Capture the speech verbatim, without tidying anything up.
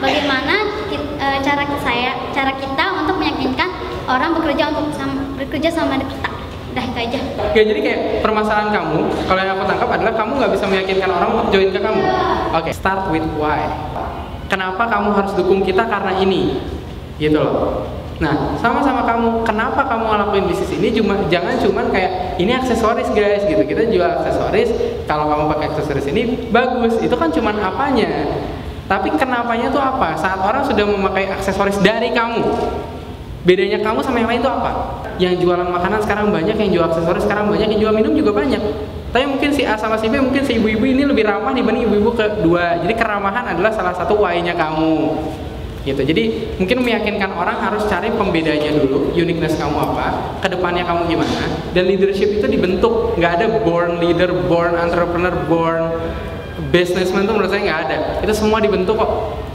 bagaimana ki- eh, cara saya, cara kita untuk meyakinkan orang bekerja untuk sama, bekerja sama kita. Udah itu aja. Oke, jadi kayak permasalahan kamu, kalau yang aku tangkap adalah kamu nggak bisa meyakinkan orang untuk join ke kamu. Oke, start with why. Kenapa kamu harus dukung kita karena ini, gitu loh. Nah, sama-sama kamu, kenapa kamu ngelakuin bisnis ini? Cuma jangan cuman kayak ini aksesoris guys, gitu. Kita jual aksesoris. Kalau kamu pakai aksesoris ini bagus, itu kan cuman apanya. Tapi kenapanya tuh apa? Saat orang sudah memakai aksesoris dari kamu, bedanya kamu sama yang lain itu apa? Yang jualan makanan sekarang banyak, yang jual aksesoris sekarang banyak, yang jual minum juga banyak. Tapi mungkin si A sama si B, mungkin si ibu-ibu ini lebih ramah dibanding ibu-ibu kedua. Jadi keramahan adalah salah satu why-nya kamu. Gitu. Jadi mungkin meyakinkan orang harus cari pembedanya dulu, uniqueness kamu apa, kedepannya kamu gimana. Dan leadership itu dibentuk, nggak ada born leader, born entrepreneur, born businessman, tuh menurut saya nggak ada. Itu semua dibentuk kok.